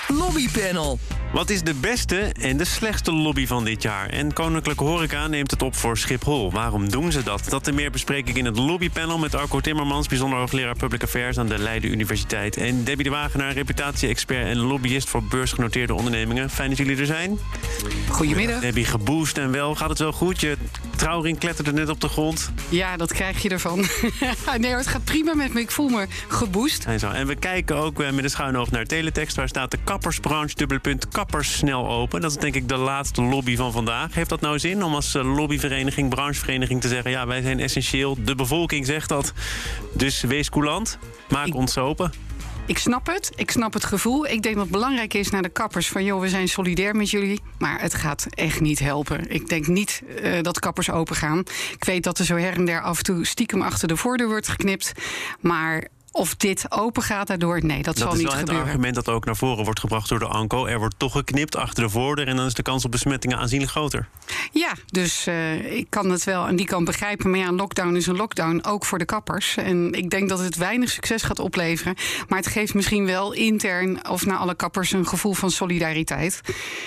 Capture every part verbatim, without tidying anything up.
Lobbypanel. Wat is de beste en de slechtste lobby van dit jaar? En Koninklijke Horeca neemt het op voor Schiphol. Waarom doen ze dat? Dat en meer bespreek ik in het lobbypanel met Arco Timmermans, bijzonder hoogleraar Public Affairs aan de Leiden Universiteit. En Debbie de Wagenaar, reputatie-expert en lobbyist voor beursgenoteerde ondernemingen. Fijn dat jullie er zijn. Goedemiddag. Debbie, geboost en wel. Gaat het wel goed? Je trouwring kletterde net op de grond. Ja, dat krijg je ervan. Nee hoor, het gaat prima met me. Ik voel me geboost. En, zo. En we kijken ook met een schuin oog naar teletext. Waar staat de kappersbranche, dubbele punt, kappers snel open. Dat is denk ik de laatste lobby van vandaag. Heeft dat nou zin om als lobbyvereniging, branchevereniging te zeggen... ja, wij zijn essentieel, de bevolking zegt dat. Dus wees coulant, maak ik, ons open. Ik snap het, ik snap het gevoel. Ik denk dat het belangrijk is naar de kappers van... joh, we zijn solidair met jullie, maar het gaat echt niet helpen. Ik denk niet uh, dat kappers open gaan. Ik weet dat er zo her en der af en toe stiekem achter de voordeur wordt geknipt. Maar... of dit open gaat daardoor, nee, dat, dat zal niet gebeuren. Dat is wel het argument dat ook naar voren wordt gebracht door de ANCO. Er wordt toch geknipt achter de voordeur... en dan is de kans op besmettingen aanzienlijk groter. Ja, dus uh, ik kan het wel aan die kant begrijpen. Maar ja, een lockdown is een lockdown, ook voor de kappers. En ik denk dat het weinig succes gaat opleveren. Maar het geeft misschien wel intern... of naar alle kappers een gevoel van solidariteit.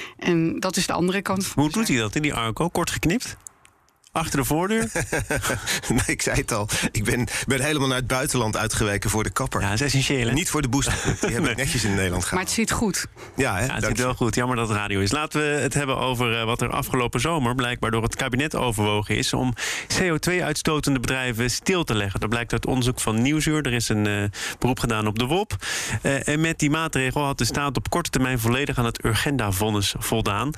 En dat is de andere kant. Hoe doet hij dat in die ANCO? Kort geknipt? Achter de voordeur? Nee, ik zei het al. Ik ben, ben helemaal naar het buitenland uitgeweken voor de kapper. Ja, dat is essentieel, hè? Niet voor de boosterprik. Die heb nee. ik netjes in Nederland gehad. Maar het zit goed. Ja, hè? Ja, het zit wel goed. Jammer dat het radio is. Laten we het hebben over uh, wat er afgelopen zomer... blijkbaar door het kabinet overwogen is... om C O twee uitstotende bedrijven stil te leggen. Dat blijkt uit onderzoek van Nieuwsuur. Er is een uh, beroep gedaan op de W O P. Uh, en met die maatregel had de staat op korte termijn... volledig aan het Urgenda-vonnis voldaan.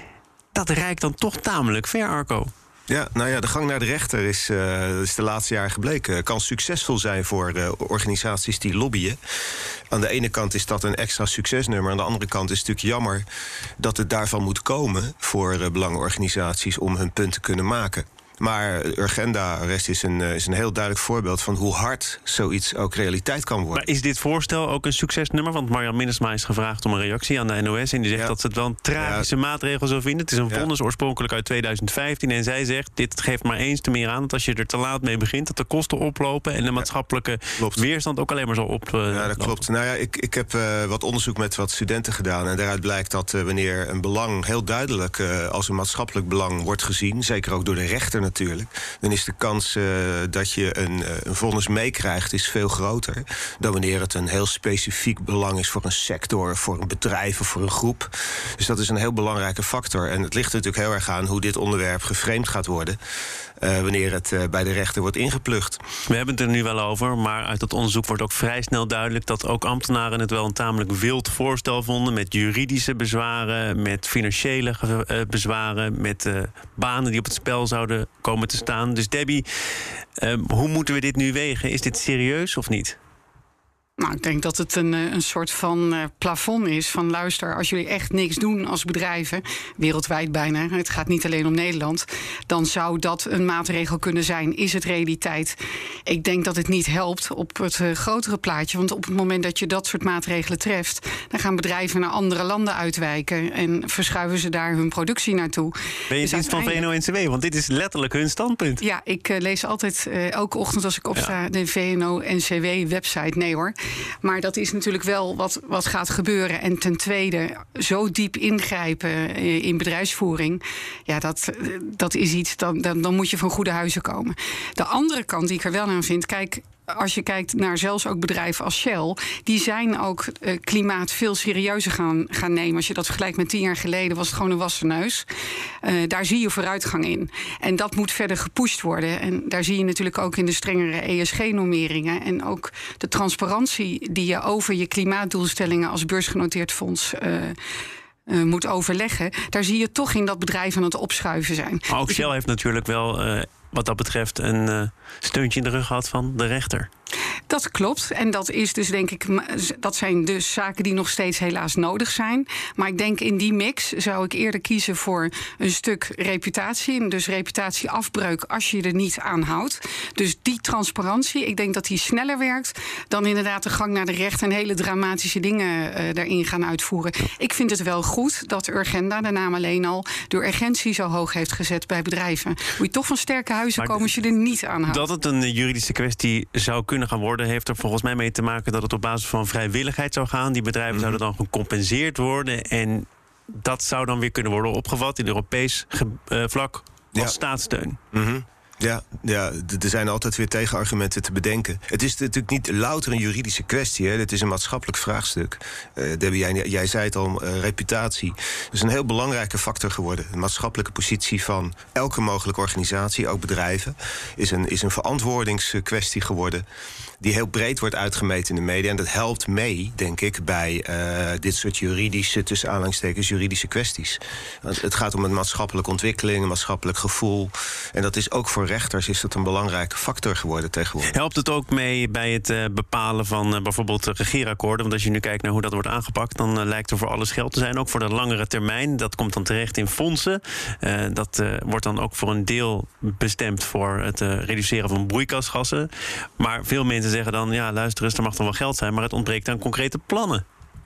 Dat reikt dan toch tamelijk ver, Arco. Ja, nou ja, de gang naar de rechter is, uh, is de laatste jaren gebleken. Kan succesvol zijn voor uh, organisaties die lobbyen. Aan de ene kant is dat een extra succesnummer. Aan de andere kant is het natuurlijk jammer dat het daarvan moet komen... voor uh, belangenorganisaties om hun punt te kunnen maken. Maar Urgenda-arrest is een, is een heel duidelijk voorbeeld... van hoe hard zoiets ook realiteit kan worden. Maar is dit voorstel ook een succesnummer? Want Marjan Minnesma is gevraagd om een reactie aan de N O S... en die zegt ja. dat ze het wel een tragische ja. maatregel zou vinden. Het is een vonnis ja. oorspronkelijk uit tweeduizend vijftien... en zij zegt, dit geeft maar eens te meer aan... dat als je er te laat mee begint, dat de kosten oplopen... en de maatschappelijke ja, weerstand ook alleen maar zal oplopen. Ja, dat klopt. Nou ja, ik, ik heb uh, wat onderzoek met wat studenten gedaan... en daaruit blijkt dat uh, wanneer een belang heel duidelijk... Uh, als een maatschappelijk belang wordt gezien... zeker ook door de rechter natuurlijk... dan is de kans uh, dat je een, uh, een vonnis meekrijgt is veel groter... dan wanneer het een heel specifiek belang is voor een sector... voor een bedrijf of voor een groep. Dus dat is een heel belangrijke factor. En het ligt natuurlijk heel erg aan hoe dit onderwerp geframed gaat worden... Uh, wanneer het uh, bij de rechter wordt ingeplucht. We hebben het er nu wel over, maar uit dat onderzoek wordt ook vrij snel duidelijk... dat ook ambtenaren het wel een tamelijk wild voorstel vonden... met juridische bezwaren, met financiële uh, bezwaren... met uh, banen die op het spel zouden komen te staan. Dus Debbie, uh, hoe moeten we dit nu wegen? Is dit serieus of niet? Nou, ik denk dat het een, een soort van uh, plafond is. Van luister, als jullie echt niks doen als bedrijven... wereldwijd bijna, het gaat niet alleen om Nederland... dan zou dat een maatregel kunnen zijn. Is het realiteit? Ik denk dat het niet helpt op het uh, grotere plaatje. Want op het moment dat je dat soort maatregelen treft... dan gaan bedrijven naar andere landen uitwijken... en verschuiven ze daar hun productie naartoe. Ben je dus dienst van V N O N C W? Want dit is letterlijk hun standpunt. Ja, ik uh, lees altijd, uh, elke ochtend als ik opsta... Ja. de V N O N C W-website. Nee hoor. Maar dat is natuurlijk wel wat, wat gaat gebeuren. En ten tweede, zo diep ingrijpen in bedrijfsvoering... ja, dat, dat is iets, dan, dan, dan moet je van goede huizen komen. De andere kant die ik er wel aan vind... kijk, als je kijkt naar zelfs ook bedrijven als Shell... die zijn ook uh, klimaat veel serieuzer gaan, gaan nemen. Als je dat vergelijkt met tien jaar geleden, was het gewoon een wassen neus. Uh, daar zie je vooruitgang in. En dat moet verder gepusht worden. En daar zie je natuurlijk ook in de strengere E S G-normeringen... en ook de transparantie die je over je klimaatdoelstellingen... als beursgenoteerd fonds... Uh, Uh, moet overleggen, daar zie je toch in dat bedrijven aan het opschuiven zijn. Maar ook dus Shell heeft natuurlijk wel, uh, wat dat betreft... een uh, steuntje in de rug gehad van de rechter. Dat klopt. En dat is dus denk ik, dat zijn dus zaken die nog steeds helaas nodig zijn. Maar ik denk in die mix zou ik eerder kiezen voor een stuk reputatie. En dus reputatieafbreuk als je er niet aan houdt. Dus die transparantie, ik denk dat die sneller werkt dan inderdaad de gang naar de rechter en hele dramatische dingen uh, daarin gaan uitvoeren. Ik vind het wel goed dat Urgenda, de naam alleen al, de urgentie zo hoog heeft gezet bij bedrijven. Moet je toch van sterke huizen huizen maar komen als je er niet aan houdt. Dat het een juridische kwestie zou kunnen gaan worden, heeft er volgens mij mee te maken dat het op basis van vrijwilligheid zou gaan. Die bedrijven mm-hmm. zouden dan gecompenseerd worden. En dat zou dan weer kunnen worden opgevat in Europees ge- uh, vlak als ja. staatssteun. Mm-hmm. Ja, ja, er zijn altijd weer tegenargumenten te bedenken. Het is natuurlijk niet louter een juridische kwestie. Hè. Het is een maatschappelijk vraagstuk. Uh, Debbie, jij, jij zei het al, uh, reputatie. Dat is een heel belangrijke factor geworden. De maatschappelijke positie van elke mogelijke organisatie, ook bedrijven, is een, is een verantwoordingskwestie geworden die heel breed wordt uitgemeten in de media. En dat helpt mee, denk ik, bij uh, dit soort juridische, tussen aanhalingstekens, juridische kwesties. Want het gaat om een maatschappelijke ontwikkeling, een maatschappelijk gevoel. En dat is ook voor rechters is dat een belangrijke factor geworden tegenwoordig. Helpt het ook mee bij het uh, bepalen van uh, bijvoorbeeld uh, regeerakkoorden? Want als je nu kijkt naar hoe dat wordt aangepakt, dan uh, lijkt er voor alles geld te zijn, ook voor de langere termijn. Dat komt dan terecht in fondsen. Uh, dat uh, wordt dan ook voor een deel bestemd voor het uh, reduceren van broeikasgassen. Maar veel mensen zeggen dan, ja, luister eens, er mag dan wel geld zijn, maar het ontbreekt aan concrete plannen.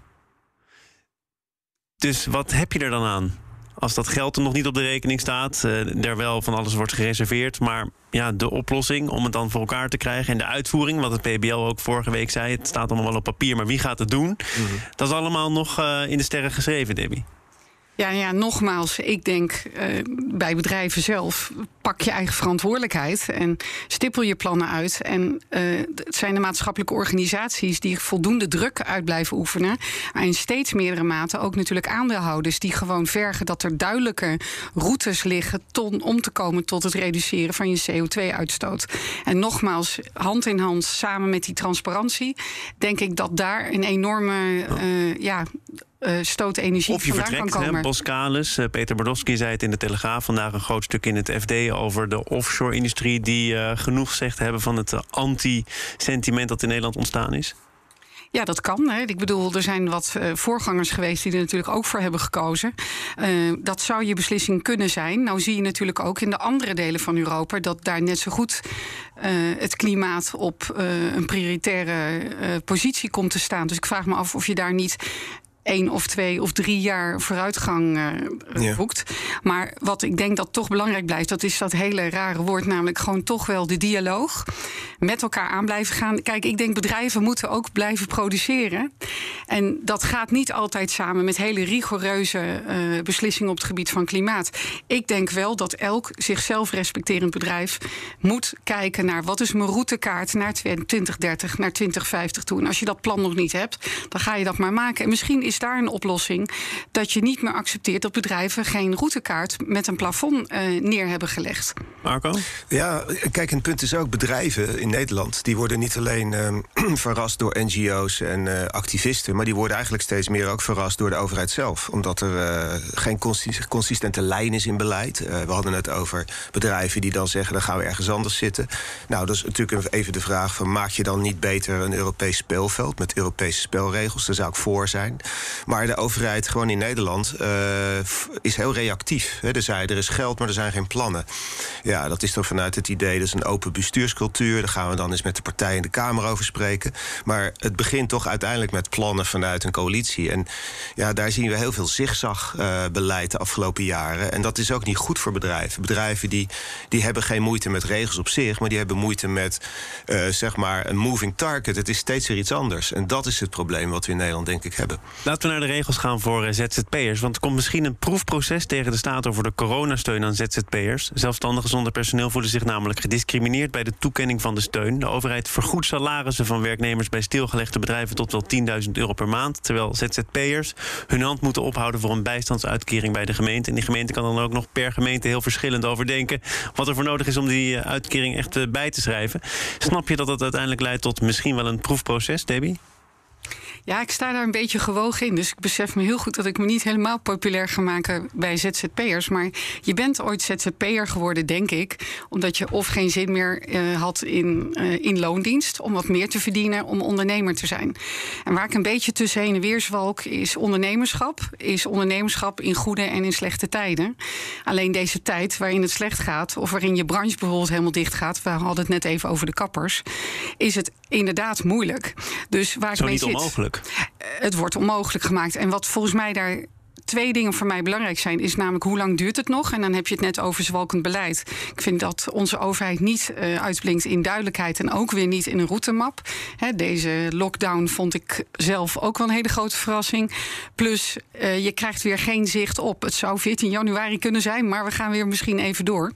Dus wat heb je er dan aan? Als dat geld er nog niet op de rekening staat, uh, er wel van alles wordt gereserveerd, maar ja, de oplossing om het dan voor elkaar te krijgen en de uitvoering, wat het P B L ook vorige week zei, het staat allemaal wel op papier, maar wie gaat het doen? Mm-hmm. Dat is allemaal nog uh, in de sterren geschreven, Debbie. Ja, ja, nogmaals, ik denk uh, bij bedrijven zelf, pak je eigen verantwoordelijkheid en stippel je plannen uit. En uh, het zijn de maatschappelijke organisaties die voldoende druk uit blijven oefenen. Maar in steeds meerdere mate ook natuurlijk aandeelhouders die gewoon vergen dat er duidelijke routes liggen ton, om te komen tot het reduceren van je C O twee uitstoot. En nogmaals, hand in hand, samen met die transparantie, denk ik dat daar een enorme uh, ja. Uh, stoot energie of je vandaan vertrekt, kan komen. Hè, Boskalis, uh, Peter Bardowski zei het in de Telegraaf vandaag, een groot stuk in het F D over de offshore-industrie die uh, genoeg zegt hebben van het uh, anti-sentiment dat in Nederland ontstaan is. Ja, dat kan. Hè. Ik bedoel, er zijn wat uh, voorgangers geweest die er natuurlijk ook voor hebben gekozen. Uh, dat zou je beslissing kunnen zijn. Nou zie je natuurlijk ook in de andere delen van Europa dat daar net zo goed uh, het klimaat op uh, een prioritaire uh, positie komt te staan. Dus ik vraag me af of je daar niet één of twee of drie jaar vooruitgang uh, ja. boekt. Maar wat ik denk dat toch belangrijk blijft, dat is dat hele rare woord, namelijk gewoon toch wel de dialoog. Met elkaar aan blijven gaan. Kijk, ik denk bedrijven moeten ook blijven produceren. En dat gaat niet altijd samen met hele rigoureuze uh, beslissingen op het gebied van klimaat. Ik denk wel dat elk zichzelf respecterend bedrijf moet kijken naar wat is mijn routekaart naar twintig dertig, naar twintig vijftig toe. En als je dat plan nog niet hebt, dan ga je dat maar maken. En misschien is daar een oplossing dat je niet meer accepteert dat bedrijven geen routekaart met een plafond uh, neer hebben gelegd. Marco? Ja, kijk, een punt is ook bedrijven in Nederland, die worden niet alleen uh, verrast door N G O's en uh, activisten, maar die worden eigenlijk steeds meer ook verrast door de overheid zelf. Omdat er uh, geen consist- consistente lijn is in beleid. Uh, we hadden het over bedrijven die dan zeggen, dan gaan we ergens anders zitten. Nou, dat is natuurlijk even de vraag van, maak je dan niet beter een Europees speelveld met Europese spelregels? Daar zou ik voor zijn. Maar de overheid gewoon in Nederland uh, is heel reactief. He, er, zei, er is geld, maar er zijn geen plannen. Ja, dat is dan vanuit het idee, dat is een open bestuurscultuur. Daar gaan we dan eens met de partijen in de Kamer over spreken. Maar het begint toch uiteindelijk met plannen vanuit een coalitie. En ja, daar zien we heel veel zigzagbeleid uh, de afgelopen jaren. En dat is ook niet goed voor bedrijven. Bedrijven die, die hebben geen moeite met regels op zich, maar die hebben moeite met uh, zeg maar een moving target. Het is steeds weer iets anders. En dat is het probleem wat we in Nederland denk ik hebben. Laten we naar de regels gaan voor Z Z P'ers. Want er komt misschien een proefproces tegen de staat over de coronasteun aan Z Z P'ers. Zelfstandigen zonder personeel voelen zich namelijk gediscrimineerd bij de toekenning van de steun. De overheid vergoedt salarissen van werknemers bij stilgelegde bedrijven tot wel tienduizend euro per maand. Terwijl Z Z P'ers hun hand moeten ophouden voor een bijstandsuitkering bij de gemeente. En die gemeente kan dan ook nog per gemeente heel verschillend over denken wat er voor nodig is om die uitkering echt bij te schrijven. Snap je dat dat uiteindelijk leidt tot misschien wel een proefproces, Debbie? Ja, ik sta daar een beetje gewogen in. Dus ik besef me heel goed dat ik me niet helemaal populair ga maken bij Z Z P'ers. Maar je bent ooit Z Z P'er geworden, denk ik, omdat je of geen zin meer uh, had in, uh, in loondienst, om wat meer te verdienen, om ondernemer te zijn. En waar ik een beetje tussen heen en weer zwalk, is ondernemerschap. Is ondernemerschap in goede en in slechte tijden. Alleen deze tijd waarin het slecht gaat, of waarin je branche bijvoorbeeld helemaal dicht gaat, we hadden het net even over de kappers, is het inderdaad moeilijk. Dus waar Zo ik mee niet zit, onmogelijk. het wordt onmogelijk gemaakt. En wat volgens mij daar twee dingen voor mij belangrijk zijn. Is namelijk hoe lang duurt het nog? En dan heb je het net over zwalkend beleid. Ik vind dat onze overheid niet uh, uitblinkt in duidelijkheid en ook weer niet in een routemap. He, deze lockdown vond ik zelf ook wel een hele grote verrassing. Plus, uh, je krijgt weer geen zicht op. Het zou veertien januari kunnen zijn, maar we gaan weer misschien even door.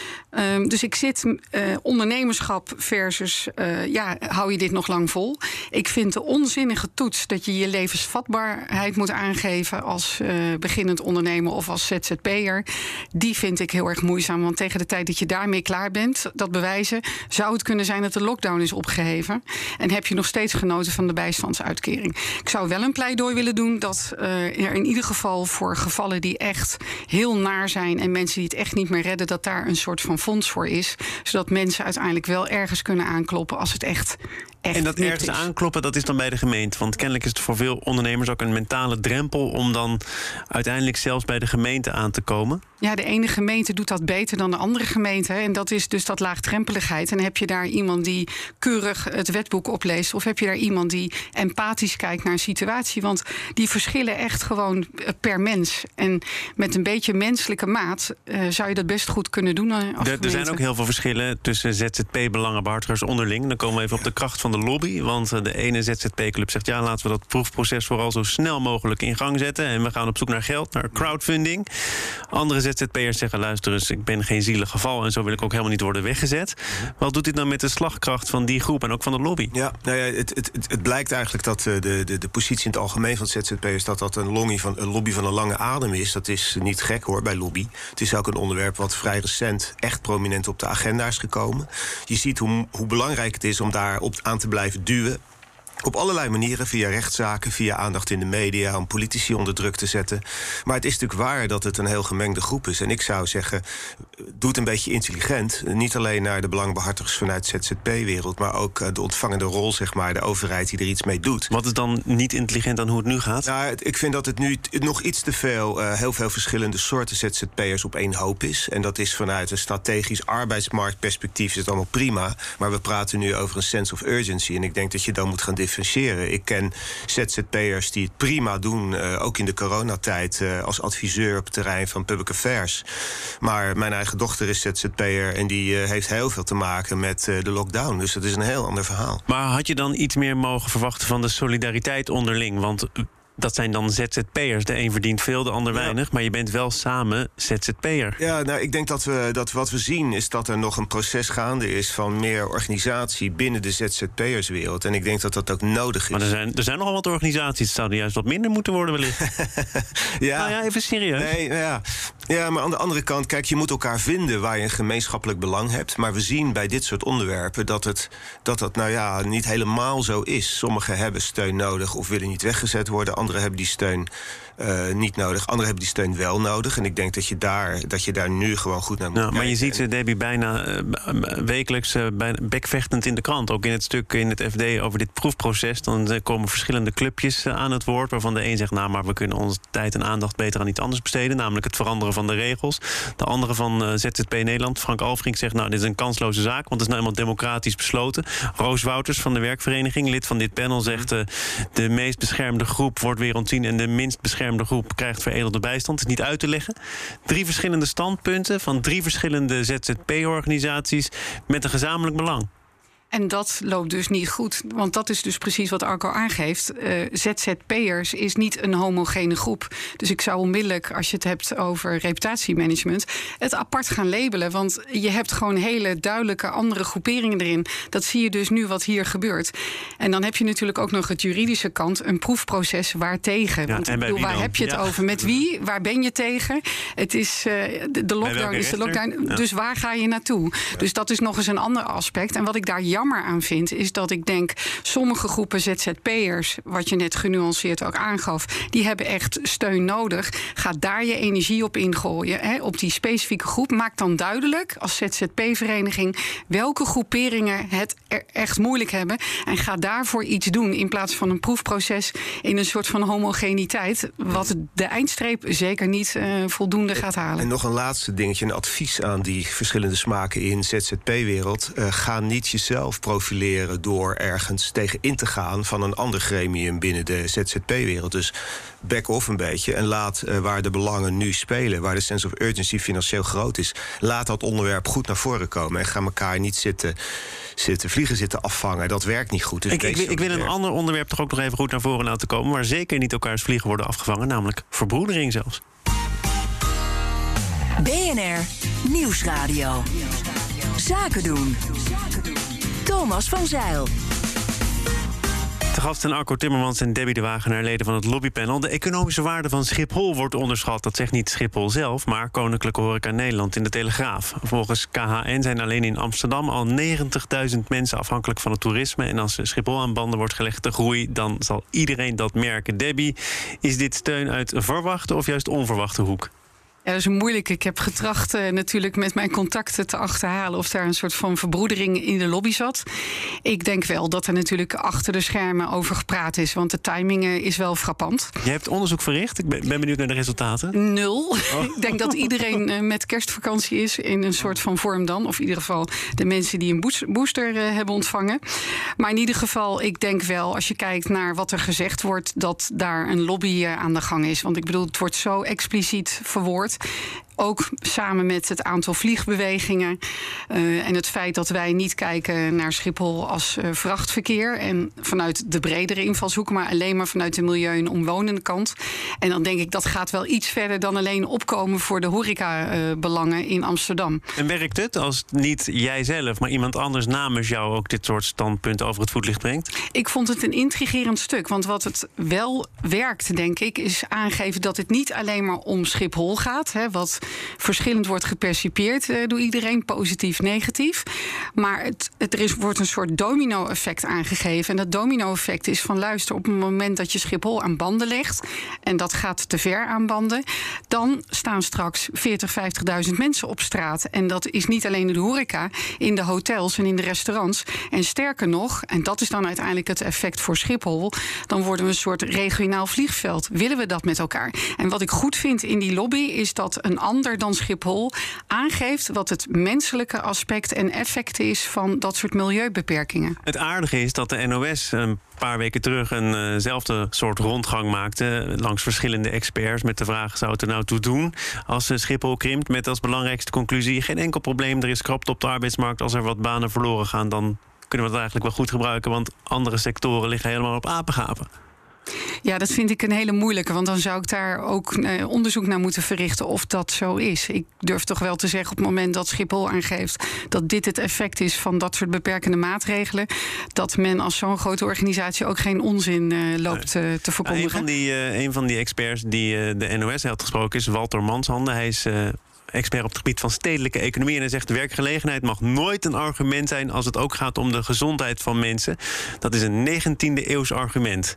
Um, dus ik zit uh, ondernemerschap versus, uh, ja, hou je dit nog lang vol? Ik vind de onzinnige toets dat je je levensvatbaarheid moet aangeven als uh, beginnend ondernemer of als Z Z P'er, die vind ik heel erg moeizaam. Want tegen de tijd dat je daarmee klaar bent, dat bewijzen, zou het kunnen zijn dat de lockdown is opgeheven. En heb je nog steeds genoten van de bijstandsuitkering. Ik zou wel een pleidooi willen doen dat uh, er in ieder geval voor gevallen die echt heel naar zijn en mensen die het echt niet meer redden, dat daar een soort van fonds voor is, zodat mensen uiteindelijk wel ergens kunnen aankloppen als het echt, echt En dat ergens is. aankloppen, dat is dan bij de gemeente. Want kennelijk is het voor veel ondernemers ook een mentale drempel om dan uiteindelijk zelfs bij de gemeente aan te komen. Ja, de ene gemeente doet dat beter dan de andere gemeente. En dat is dus dat laagdrempeligheid. En heb je daar iemand die keurig het wetboek opleest, of heb je daar iemand die empathisch kijkt naar een situatie? Want die verschillen echt gewoon per mens. En met een beetje menselijke maat uh, zou je dat best goed kunnen doen. Als er, er zijn ook heel veel verschillen tussen Z Z P-belangenbehartigers onderling. Dan komen we even op de kracht van de lobby. Want de ene Z Z P-club zegt, ja, laten we dat proefproces vooral zo snel mogelijk in gang zetten. En we gaan op zoek naar geld, naar crowdfunding. Andere Z Z P'ers zeggen, luister eens, ik ben geen zielig geval en zo wil ik ook helemaal niet worden weggezet. Wat doet dit nou met de slagkracht van die groep en ook van de lobby? Ja, nou ja, het, het, het blijkt eigenlijk dat de, de, de positie in het algemeen van het Z Z P'ers, dat dat een lobby, van, een lobby van een lange adem is. Dat is niet gek hoor, bij lobby. Het is ook een onderwerp wat vrij recent echt prominent op de agenda is gekomen. Je ziet hoe, hoe belangrijk het is om daar op aan te blijven duwen. Op allerlei manieren, via rechtszaken, via aandacht in de media, om politici onder druk te zetten. Maar het is natuurlijk waar dat het een heel gemengde groep is. En ik zou zeggen, doe het een beetje intelligent. Niet alleen naar de belangenbehartigers vanuit de Z Z P-wereld, maar ook de ontvangende rol, zeg maar, de overheid die er iets mee doet. Wat is dan niet intelligent aan hoe het nu gaat? Nou, ik vind dat het nu nog iets te veel, uh, heel veel verschillende soorten Z Z P'ers op één hoop is. En dat is vanuit een strategisch arbeidsmarktperspectief is het allemaal prima. Maar we praten nu over een sense of urgency. En ik denk dat je dan moet gaan differentiëren. Ik ken Z Z P'ers die het prima doen, uh, ook in de coronatijd, uh, als adviseur op het terrein van public affairs. Maar mijn eigen dochter is Z Z P'er en die uh, heeft heel veel te maken met uh, de lockdown. Dus dat is een heel ander verhaal. Maar had je dan iets meer mogen verwachten van de solidariteit onderling? Want dat zijn dan Z Z P'ers. De een verdient veel, de ander weinig. Ja. Maar je bent wel samen Z Z P'er. Ja, nou, ik denk dat we dat wat we zien is dat er nog een proces gaande is van meer organisatie binnen de Z Z P'erswereld. En ik denk dat dat ook nodig is. Maar er zijn, er zijn nogal wat organisaties. Het zouden juist wat minder moeten worden wellicht. ja. Nou ja, even serieus. Nee, nou ja. ja, maar aan de andere kant, kijk, je moet elkaar vinden waar je een gemeenschappelijk belang hebt. Maar we zien bij dit soort onderwerpen dat het, dat, dat nou ja, niet helemaal zo is. Sommigen hebben steun nodig of willen niet weggezet worden. Anderen hebben die steun uh, niet nodig. Anderen hebben die steun wel nodig. En ik denk dat je daar, dat je daar nu gewoon goed naar moet nou, kijken. Maar je ziet, uh, Debbie, bijna uh, wekelijks uh, bijna bekvechtend in de krant. Ook in het stuk in het F D over dit proefproces. Dan uh, komen verschillende clubjes uh, aan het woord. Waarvan de een zegt, nou, maar we kunnen onze tijd en aandacht beter aan iets anders besteden. Namelijk het veranderen van de regels. De andere van uh, Z Z P Nederland, Frank Alfrink, zegt, nou, dit is een kansloze zaak. Want het is nou eenmaal democratisch besloten. Roos Wouters van de werkvereniging, lid van dit panel, zegt, uh, de meest beschermde groep wordt weer ontzien en de minst beschermde groep krijgt veredelde bijstand. Het is niet uit te leggen. Drie verschillende standpunten van drie verschillende Z Z P-organisaties met een gezamenlijk belang. En dat loopt dus niet goed. Want dat is dus precies wat Arco aangeeft. Uh, Z Z P'ers is niet een homogene groep. Dus ik zou onmiddellijk, als je het hebt over reputatiemanagement, het apart gaan labelen. Want je hebt gewoon hele duidelijke andere groeperingen erin. Dat zie je dus nu wat hier gebeurt. En dan heb je natuurlijk ook nog het juridische kant, een proefproces waartegen. Ja, want en ik bedoel, waar dan? heb je het ja. over? Met wie? Waar ben je tegen? Het is uh, de, de lockdown is de lockdown. Ja. Dus waar ga je naartoe? Ja. Dus dat is nog eens een ander aspect. En wat ik daar jammer aan vind, is dat ik denk, sommige groepen Z Z P'ers, wat je net genuanceerd ook aangaf, die hebben echt steun nodig. Ga daar je energie op ingooien, hè, op die specifieke groep. Maak dan duidelijk als Z Z P-vereniging welke groeperingen het er echt moeilijk hebben. En ga daarvoor iets doen in plaats van een proefproces in een soort van homogeniteit, wat de eindstreep zeker niet uh, voldoende gaat halen. En nog een laatste dingetje, een advies aan die verschillende smaken in Z Z P-wereld. Uh, ga niet jezelf zichzelf profileren door ergens tegen in te gaan van een ander gremium binnen de Z Z P-wereld. Dus back off een beetje en laat uh, waar de belangen nu spelen, waar de sense of urgency financieel groot is, laat dat onderwerp goed naar voren komen en ga elkaar niet zitten, zitten vliegen zitten afvangen. Dat werkt niet goed. Dus ik, ik, ik wil een ander onderwerp toch ook nog even goed naar voren laten komen, waar zeker niet elkaars vliegen worden afgevangen, namelijk verbroedering zelfs. B N R Nieuwsradio. Zaken doen. Thomas van Zeil. De gasten Arco Timmermans en Debbie de Wagenaar, leden van het lobbypanel. De economische waarde van Schiphol wordt onderschat. Dat zegt niet Schiphol zelf, maar Koninklijke Horeca Nederland in de Telegraaf. Volgens K H N zijn alleen in Amsterdam al negentigduizend mensen afhankelijk van het toerisme. En als Schiphol aan banden wordt gelegd de groei, dan zal iedereen dat merken. Debbie, is dit steun uit verwachte of juist onverwachte hoek? Ja, dat is moeilijk. Ik heb getracht uh, natuurlijk met mijn contacten te achterhalen of daar een soort van verbroedering in de lobby zat. Ik denk wel dat er natuurlijk achter de schermen over gepraat is, want de timing uh, is wel frappant. Je hebt onderzoek verricht. Ik ben, ben benieuwd naar de resultaten. Nul. Oh. Ik denk dat iedereen uh, met kerstvakantie is in een soort van vorm dan. Of in ieder geval de mensen die een booster uh, hebben ontvangen. Maar in ieder geval, ik denk wel, als je kijkt naar wat er gezegd wordt, dat daar een lobby uh, aan de gang is. Want ik bedoel, het wordt zo expliciet verwoord. Ook samen met het aantal vliegbewegingen uh, en het feit dat wij niet kijken naar Schiphol als uh, vrachtverkeer en vanuit de bredere invalshoek, maar alleen maar vanuit de milieu- en omwonende kant. En dan denk ik dat gaat wel iets verder dan alleen opkomen voor de horecabelangen uh, in Amsterdam. En werkt het als niet jijzelf, maar iemand anders namens jou ook dit soort standpunten over het voetlicht brengt? Ik vond het een intrigerend stuk, want wat het wel werkt, denk ik, is aangeven dat het niet alleen maar om Schiphol gaat, hè, wat verschillend wordt gepercipieerd uh, door iedereen, positief, negatief. Maar het, het, er is, wordt een soort domino-effect aangegeven. En dat domino-effect is van luister, op het moment dat je Schiphol aan banden legt, en dat gaat te ver aan banden, dan staan straks veertig, vijftigduizend mensen op straat. En dat is niet alleen in de horeca, in de hotels en in de restaurants. En sterker nog, en dat is dan uiteindelijk het effect voor Schiphol, dan worden we een soort regionaal vliegveld. Willen we dat met elkaar? En wat ik goed vind in die lobby is dat een ander dan Schiphol aangeeft wat het menselijke aspect en effect is van dat soort milieubeperkingen. Het aardige is dat de N O S een paar weken terug eenzelfde uh soort rondgang maakte langs verschillende experts met de vraag: zou het er nou toe doen als Schiphol krimpt, met als belangrijkste conclusie: geen enkel probleem, er is krapte op de arbeidsmarkt. Als er wat banen verloren gaan, dan kunnen we het eigenlijk wel goed gebruiken, want andere sectoren liggen helemaal op apengapen. Ja, dat vind ik een hele moeilijke, want dan zou ik daar ook eh, onderzoek naar moeten verrichten of dat zo is. Ik durf toch wel te zeggen, op het moment dat Schiphol aangeeft dat dit het effect is van dat soort beperkende maatregelen, dat men als zo'n grote organisatie ook geen onzin uh, loopt uh, te verkondigen. Een van die, uh, een van die experts die uh, de N O S had gesproken is Walter Manshande. Hij is Uh expert op het gebied van stedelijke economie. En hij zegt: de werkgelegenheid mag nooit een argument zijn als het ook gaat om de gezondheid van mensen. Dat is een negentiende eeuws argument.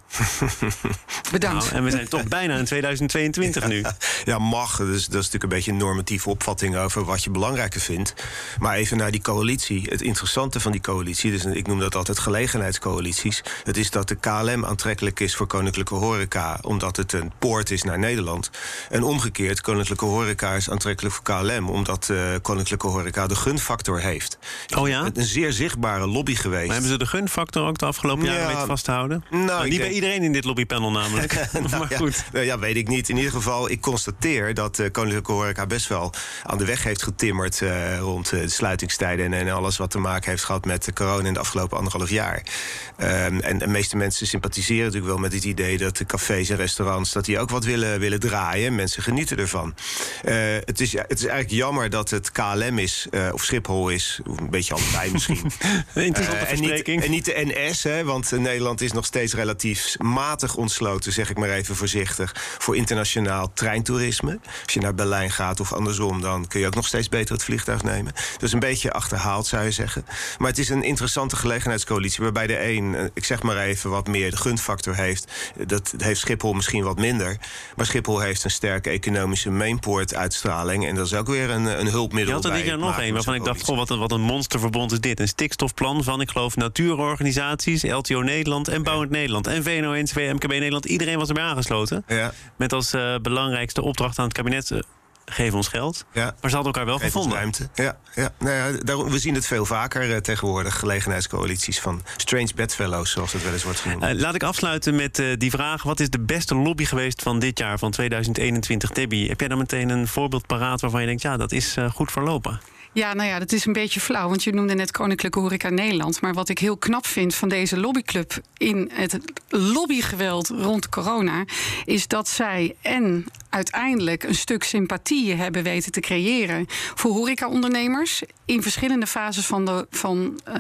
Bedankt. Nou, en we zijn toch bijna in tweeduizend tweeëntwintig nu. Ja, mag. Dus, dat is natuurlijk een beetje een normatieve opvatting over wat je belangrijker vindt. Maar even naar die coalitie. Het interessante van die coalitie, dus ik noem dat altijd gelegenheidscoalities, het is dat de K L M aantrekkelijk is voor Koninklijke Horeca, omdat het een poort is naar Nederland. En omgekeerd, Koninklijke Horeca is aantrekkelijk voor K L M, omdat uh, Koninklijke Horeca de gunfactor heeft. Oh ja? Een zeer zichtbare lobby geweest. Maar hebben ze de gunfactor ook de afgelopen jaren ja, weten vast te houden? Nou, nou, niet denk... bij iedereen in dit lobbypanel namelijk. nou, maar ja, goed. Ja, weet ik niet. In ieder geval, ik constateer dat uh, Koninklijke Horeca best wel aan de weg heeft getimmerd uh, rond uh, de sluitingstijden en, en alles wat te maken heeft gehad met de corona in de afgelopen anderhalf jaar. Um, en de meeste mensen sympathiseren natuurlijk wel met het idee dat de cafés en restaurants dat die ook wat willen, willen draaien. Mensen genieten ervan. Uh, het, is, het is eigenlijk jammer dat het K L M is, uh, of Schiphol is, of een beetje allebei misschien. Interessante uh, en, niet, en niet de N S, hè, want Nederland is nog steeds relatief matig ontsloten, zeg ik maar even voorzichtig, voor internationaal treintoerisme. Als je naar Berlijn gaat of andersom, dan kun je ook nog steeds beter het vliegtuig nemen. Dus een beetje achterhaald, zou je zeggen. Maar het is een interessante gelegenheidscoalitie, waarbij de een, ik zeg maar even, wat meer de gunfactor heeft. Dat heeft Schiphol misschien wat minder. Maar Schiphol heeft een sterke economische mainpoort-uitstraling. En dat is ook weer een, een hulpmiddel. Je had er dit jaar nog een waarvan ik dacht: goh, wat een, wat een monsterverbond is dit. Een stikstofplan van, ik geloof, natuurorganisaties, L T O Nederland en Bouwend ja. Nederland en V N O, N C V, M K B Nederland. Iedereen was erbij aangesloten. Ja. Met als uh, belangrijkste opdracht aan het kabinet: Uh, geef ons geld. Ja. Maar ze hadden elkaar wel geef gevonden. Ruimte. Ja, ja. Nou ja, daarom, we zien het veel vaker uh, tegenwoordig. Gelegenheidscoalities van strange bedfellows, zoals het wel eens wordt genoemd. Uh, laat ik afsluiten met uh, die vraag. Wat is de beste lobby geweest van dit jaar, van tweeduizend eenentwintig? Debbie, heb jij dan meteen een voorbeeld paraat waarvan je denkt, ja, dat is uh, goed verlopen? Ja, nou ja, dat is een beetje flauw, want je noemde net Koninklijke Horeca Nederland. Maar wat ik heel knap vind van deze lobbyclub in het lobbygeweld rond corona, is dat zij en uiteindelijk een stuk sympathie hebben weten te creëren voor horecaondernemers in verschillende fases van, de, van, uh,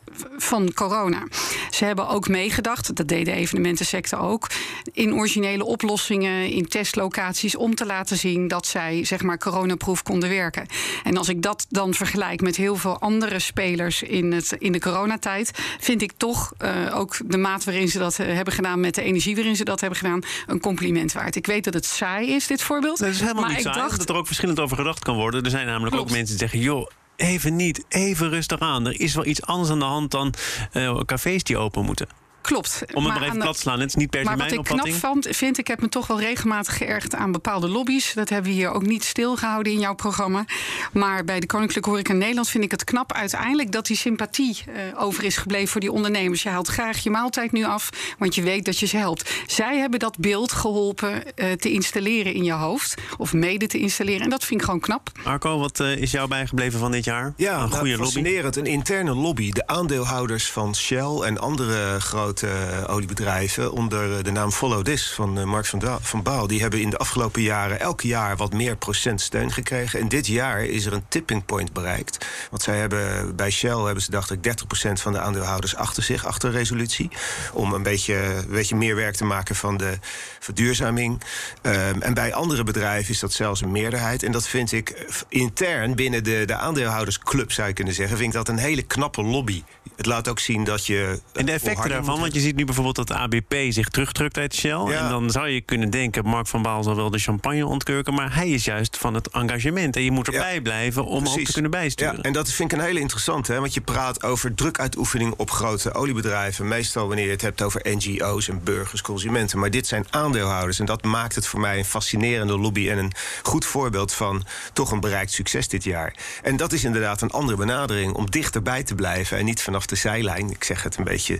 van corona. Ze hebben ook meegedacht, dat deed de evenementensector ook, in originele oplossingen, in testlocaties, om te laten zien dat zij, zeg maar, coronaproof konden werken. En als ik dat dan vergelijk met heel veel andere spelers in, het, in de coronatijd, vind ik toch uh, ook de maat waarin ze dat uh, hebben gedaan, met de energie waarin ze dat hebben gedaan, een compliment waard. Ik weet dat het saai is, dit voorbeeld. Dat is helemaal maar niet ik saai, dacht, dat er ook verschillend over gedacht kan worden. Er zijn namelijk Klopt. ook mensen die zeggen, joh, even niet, even rustig aan. Er is wel iets anders aan de hand dan uh, cafés die open moeten. Klopt. Om het maar, maar even plat te slaan, het is niet per se maar mijn opvatting. Maar wat ik opvatting. knap vond, vind ik, heb me toch wel regelmatig geërgerd aan bepaalde lobby's. Dat hebben we hier ook niet stilgehouden in jouw programma. Maar bij de Koninklijke Horeca Nederland vind ik het knap uiteindelijk dat die sympathie uh, over is gebleven voor die ondernemers. Je haalt graag je maaltijd nu af, want je weet dat je ze helpt. Zij hebben dat beeld geholpen uh, te installeren in je hoofd. Of mede te installeren. En dat vind ik gewoon knap. Marco, wat uh, is jou bijgebleven van dit jaar? Ja, een goede nou, fascinerend. lobby. Een interne lobby. De aandeelhouders van Shell en andere grote uh, oliebedrijven onder de naam Follow This van uh, Mark van, da- van Baal, die hebben in de afgelopen jaren elk jaar wat meer procent steun gekregen. En dit jaar is er een tipping point bereikt. Want zij hebben bij Shell hebben ze, dacht ik, dertig procent van de aandeelhouders achter zich, achter de resolutie. Om een beetje, een beetje meer werk te maken van de verduurzaming. Um, en bij andere bedrijven is dat zelfs een meerderheid. En dat vind ik intern binnen de, de aandeelhoudersclub, zou je kunnen zeggen, vind ik dat een hele knappe lobby. Het laat ook zien dat je. En de effecten daarvan, want je ziet nu bijvoorbeeld dat A B P zich terugdrukt uit Shell. Ja. En dan zou je kunnen denken, Mark van Baal zal wel de champagne ontkurken, maar hij is juist van het engagement. En je moet erbij ja, blijven om precies. ook te kunnen bijsturen. Ja, en dat vind ik een hele interessante, hè, want je praat over drukuitoefening op grote oliebedrijven. Meestal wanneer je het hebt over N G O's en burgers, consumenten. Maar dit zijn aandeelhouders. En dat maakt het voor mij een fascinerende lobby en een goed voorbeeld van toch een bereikt succes dit jaar. En dat is inderdaad een andere benadering, om dichterbij te blijven en niet vanaf de zijlijn. Ik zeg het een beetje,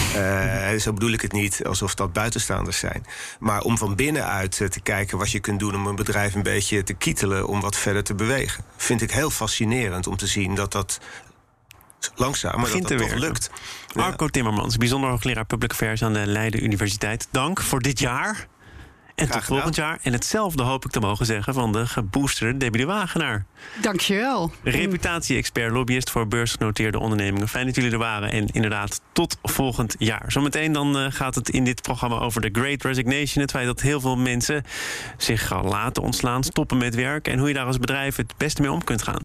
uh, zo bedoel ik het niet, alsof dat buitenstaanders zijn. Maar om van binnenuit uh, te kijken wat je kunt doen om een bedrijf een beetje te kietelen om wat verder te bewegen. Vind ik heel fascinerend om te zien dat dat langzaam, maar dat dat toch lukt. Marco ja. Timmermans, bijzonder hoogleraar Public Affairs aan de Leiden Universiteit. Dank voor dit jaar. En tot volgend jaar. En hetzelfde hoop ik te mogen zeggen van de geboosterde Debbie de Wagenaar. Dankjewel. Reputatie-expert, lobbyist voor beursgenoteerde ondernemingen. Fijn dat jullie er waren. En inderdaad, tot volgend jaar. Zometeen dan uh, gaat het in dit programma over de Great Resignation. Het feit dat heel veel mensen zich laten ontslaan, stoppen met werk. En hoe je daar als bedrijf het beste mee om kunt gaan.